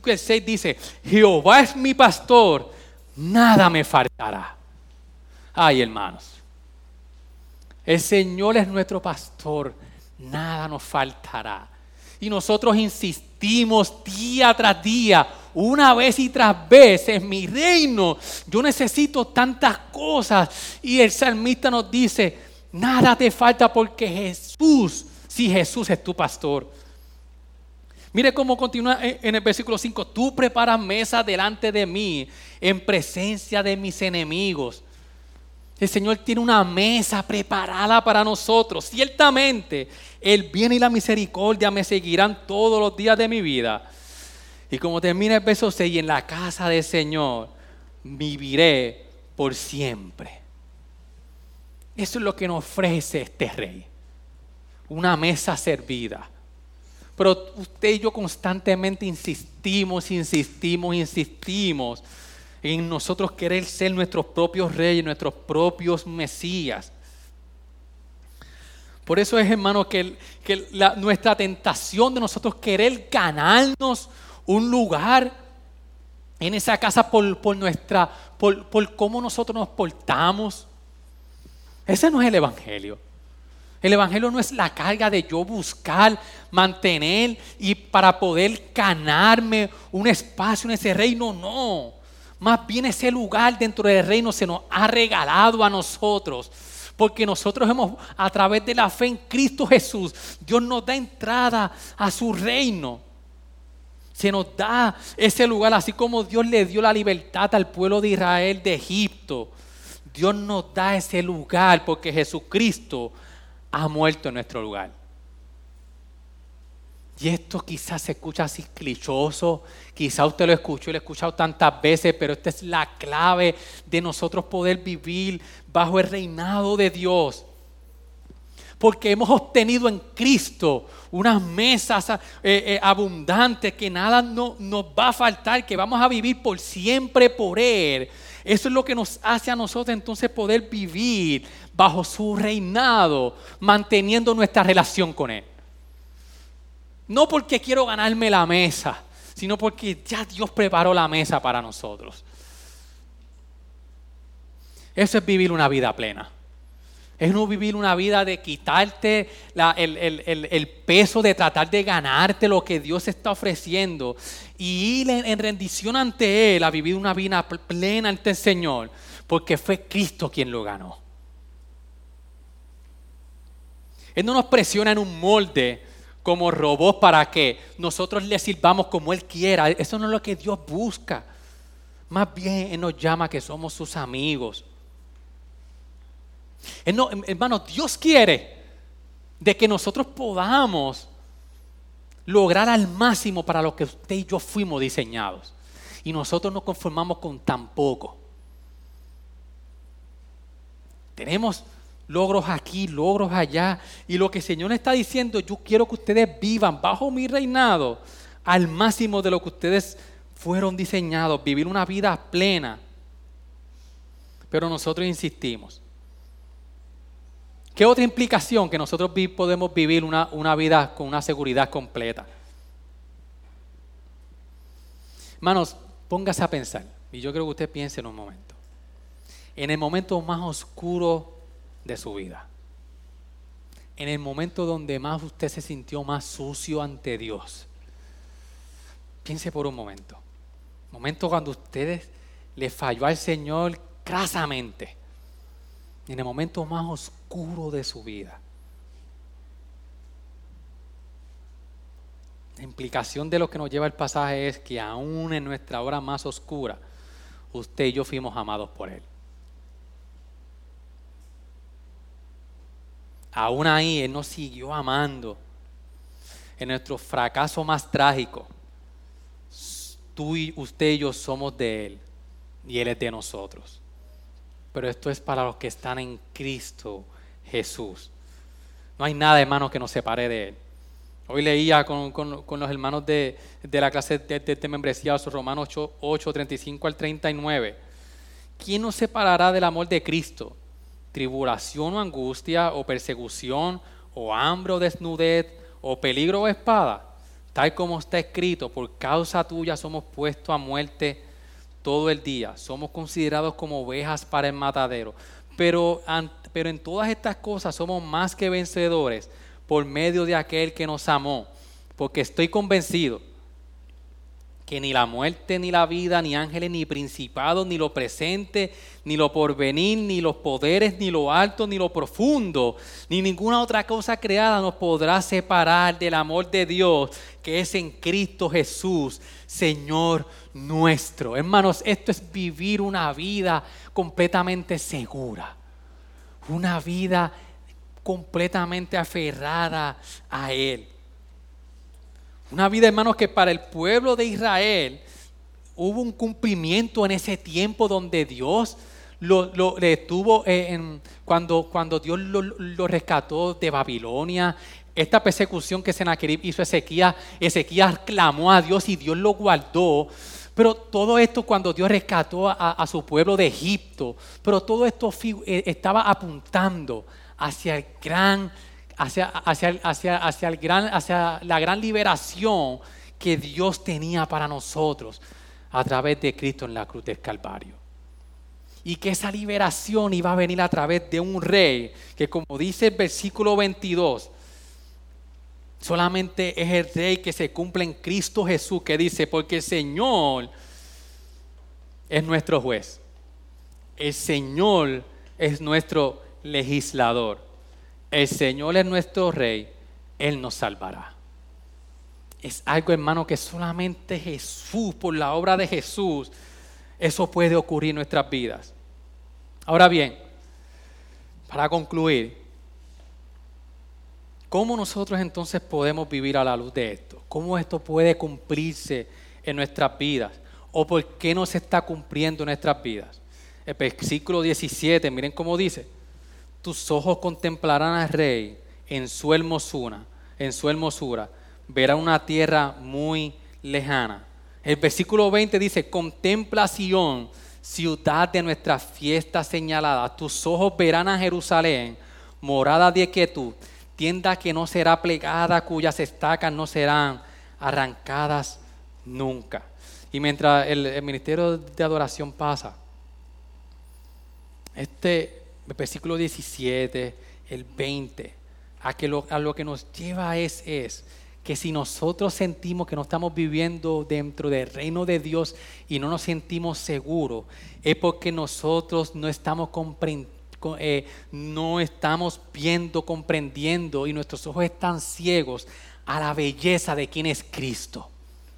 B: 5 y el 6 dice, Jehová es mi pastor, nada me faltará. Ay, hermanos, el Señor es nuestro pastor, nada nos faltará. Y nosotros insistimos día tras día, una vez y tras vez, en mi reino yo necesito tantas cosas. Y el salmista nos dice, nada te falta porque Jesús, si Jesús es tu pastor. Mire cómo continúa en el versículo 5, tú preparas mesa delante de mí en presencia de mis enemigos. El Señor tiene una mesa preparada para nosotros. Ciertamente, el bien y la misericordia me seguirán todos los días de mi vida. Y como termina el verso 6, en la casa del Señor viviré por siempre. Eso es lo que nos ofrece este rey. Una mesa servida. Pero usted y yo constantemente insistimos en nosotros querer ser nuestros propios reyes, nuestros propios mesías. Por eso es, hermano, que nuestra tentación de nosotros querer ganarnos un lugar en esa casa por cómo nosotros nos portamos. Ese no es el evangelio. El evangelio no es la carga de yo buscar, mantener y para poder ganarme un espacio en ese reino, no. Más bien ese lugar dentro del reino se nos ha regalado a nosotros. Porque nosotros a través de la fe en Cristo Jesús, Dios nos da entrada a su reino. Se nos da ese lugar, así como Dios le dio la libertad al pueblo de Israel de Egipto. Dios nos da ese lugar porque Jesucristo ha muerto en nuestro lugar. Y esto quizás se escucha así clichoso, quizás usted lo escuchó y lo ha escuchado tantas veces, pero esta es la clave de nosotros poder vivir bajo el reinado de Dios. Porque hemos obtenido en Cristo unas mesas abundantes que nada nos va a faltar, que vamos a vivir por siempre por Él. Eso es lo que nos hace a nosotros entonces poder vivir bajo su reinado, manteniendo nuestra relación con Él. No porque quiero ganarme la mesa, sino porque ya Dios preparó la mesa para nosotros. Eso es vivir una vida plena. Es no vivir una vida de quitarte el peso de tratar de ganarte lo que Dios está ofreciendo y ir en rendición ante Él a vivir una vida plena ante el Señor, porque fue Cristo quien lo ganó. Él no nos presiona en un molde como robots para que nosotros le sirvamos como Él quiera. Eso no es lo que Dios busca. Más bien Él nos llama que somos sus amigos. Hermano, Dios quiere de que nosotros podamos lograr al máximo para lo que usted y yo fuimos diseñados. Y nosotros nos conformamos con tan poco. Tenemos logros aquí, logros allá. Y lo que el Señor está diciendo, yo quiero que ustedes vivan bajo mi reinado al máximo de lo que ustedes fueron diseñados. Vivir una vida plena. Pero nosotros insistimos. ¿Qué otra implicación? Que nosotros podemos vivir una vida con una seguridad completa. Hermanos, póngase a pensar. Y yo creo que usted piense en un momento. En el momento más oscuro de su vida. En el momento donde más usted se sintió más sucio ante Dios. Piense por un momento. Momento cuando usted le falló al Señor crasamente. En el momento más oscuro de su vida. La implicación de lo que nos lleva el pasaje es que aún en nuestra hora más oscura, usted y yo fuimos amados por Él. Aún ahí Él nos siguió amando. En nuestro fracaso más trágico, usted y yo somos de Él y Él es de nosotros. Pero esto es para los que están en Cristo Jesús. No hay nada, hermano, que nos separe de Él. Hoy leía con los hermanos de la clase de membresía, Romanos 8, 35 al 39. ¿Quién nos separará del amor de Cristo? ¿Tribulación o angustia o persecución o hambre o desnudez o peligro o espada? tal como está escrito, por causa tuya somos puestos a muerte todo el día. Somos considerados como ovejas para el matadero. Pero en todas estas cosas somos más que vencedores por medio de aquel que nos amó. Porque estoy convencido que ni la muerte, ni la vida, ni ángeles, ni principados, ni lo presente, ni lo porvenir, ni los poderes, ni lo alto, ni lo profundo, ni ninguna otra cosa creada nos podrá separar del amor de Dios que es en Cristo Jesús, Señor nuestro. Hermanos, esto es vivir una vida completamente segura, una vida completamente aferrada a Él. Una vida, hermanos, que para el pueblo de Israel hubo un cumplimiento en ese tiempo donde Dios le tuvo, cuando Dios lo rescató de Babilonia. Esta persecución que Sennacherib hizo a Ezequías clamó a Dios y Dios lo guardó. Pero todo esto cuando Dios rescató a su pueblo de Egipto, pero todo esto estaba apuntando hacia la gran liberación que Dios tenía para nosotros a través de Cristo en la cruz del Calvario. Y que esa liberación iba a venir a través de un rey que, como dice el versículo 22, solamente es el rey que se cumple en Cristo Jesús, que dice, porque el Señor es nuestro juez, el Señor es nuestro legislador, el Señor es nuestro rey, Él nos salvará. Es algo, hermano, que solamente Jesús, por la obra de Jesús, eso puede ocurrir en nuestras vidas. Ahora bien, para concluir, ¿cómo nosotros entonces podemos vivir a la luz de esto? ¿Cómo esto puede cumplirse en nuestras vidas? ¿O por qué no se está cumpliendo en nuestras vidas? El versículo 17, miren cómo dice: tus ojos contemplarán al Rey en su hermosura, verán una tierra muy lejana. El versículo 20 dice: contempla Sión, ciudad de nuestra fiesta señalada. Tus ojos verán a Jerusalén, morada de quietud, tienda que no será plegada, cuyas estacas no serán arrancadas nunca. Y mientras el ministerio de adoración pasa, el versículo 17, el 20, a lo que nos lleva es que si nosotros sentimos que no estamos viviendo dentro del reino de Dios y no nos sentimos seguros, es porque nosotros no estamos viendo, comprendiendo, y nuestros ojos están ciegos a la belleza de quién es Cristo.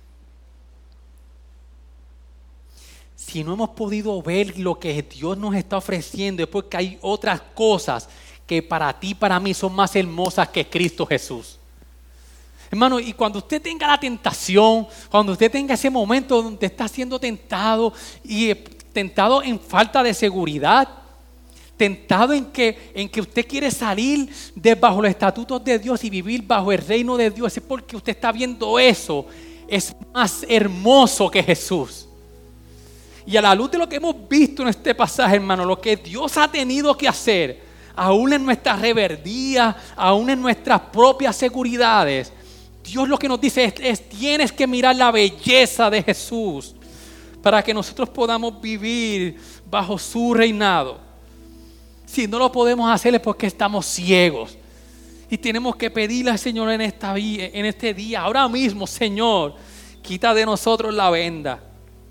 B: Si no hemos podido ver lo que Dios nos está ofreciendo, es porque hay otras cosas que para ti y para mí son más hermosas que Cristo Jesús. Hermano, y cuando usted tenga la tentación, cuando usted tenga ese momento donde está siendo tentado y tentado en falta de seguridad, tentado en que usted quiere salir de bajo los estatutos de Dios y vivir bajo el reino de Dios, es porque usted está viendo eso, es más hermoso que Jesús. Y a la luz de lo que hemos visto en este pasaje, hermano, lo que Dios ha tenido que hacer, aún en nuestra rebeldía, aún en nuestras propias seguridades, Dios lo que nos dice es tienes que mirar la belleza de Jesús para que nosotros podamos vivir bajo su reinado. Si no lo podemos hacer es porque estamos ciegos. Y tenemos que pedirle al Señor en este día, ahora mismo: Señor, quita de nosotros la venda.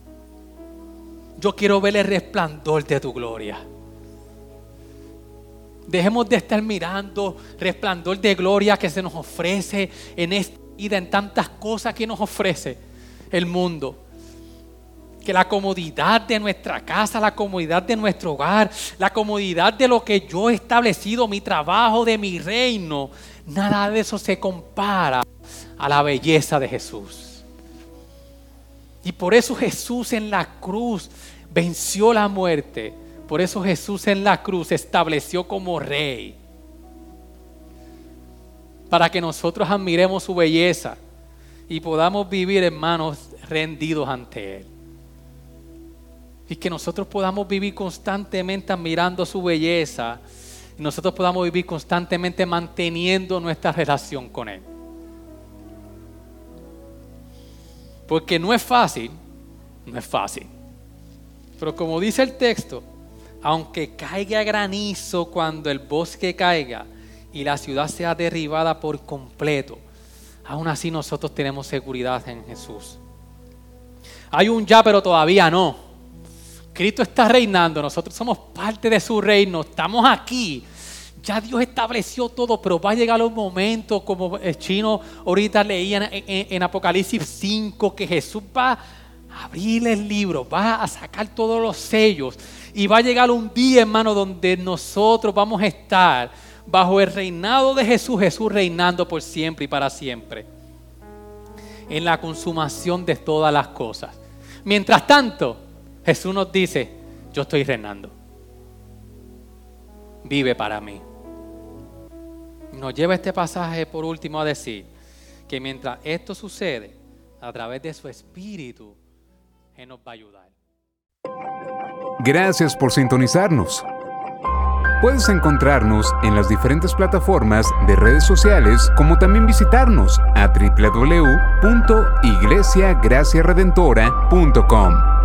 B: Yo quiero ver el resplandor de tu gloria. Dejemos de estar mirando resplandor de gloria que se nos ofrece en esta vida, en tantas cosas que nos ofrece el mundo. Que la comodidad de nuestra casa, la comodidad de nuestro hogar, la comodidad de lo que yo he establecido, mi trabajo, de mi reino, nada de eso se compara a la belleza de Jesús. Y por eso Jesús en la cruz venció la muerte. Por eso Jesús en la cruz se estableció como rey. Para que nosotros admiremos su belleza y podamos vivir, hermanos, rendidos ante Él. Y que nosotros podamos vivir constantemente admirando su belleza. Y nosotros podamos vivir constantemente manteniendo nuestra relación con Él. Porque no es fácil. Pero como dice el texto, aunque caiga granizo cuando el bosque caiga y la ciudad sea derribada por completo, aún así nosotros tenemos seguridad en Jesús. Hay un ya, pero todavía no. Cristo está reinando, nosotros somos parte de su reino, estamos aquí. Ya Dios estableció todo, pero va a llegar un momento, como el chino ahorita leía en Apocalipsis 5, que Jesús va a abrir el libro, va a sacar todos los sellos y va a llegar un día, hermano, donde nosotros vamos a estar bajo el reinado de Jesús, Jesús reinando por siempre y para siempre, en la consumación de todas las cosas. Mientras tanto, Jesús nos dice, yo estoy reinando. Vive para mí. Nos lleva este pasaje por último a decir que mientras esto sucede, a través de su Espíritu, Él nos va a ayudar.
A: Gracias por sintonizarnos. Puedes encontrarnos en las diferentes plataformas de redes sociales, como también visitarnos a www.iglesiagraciaredentora.com.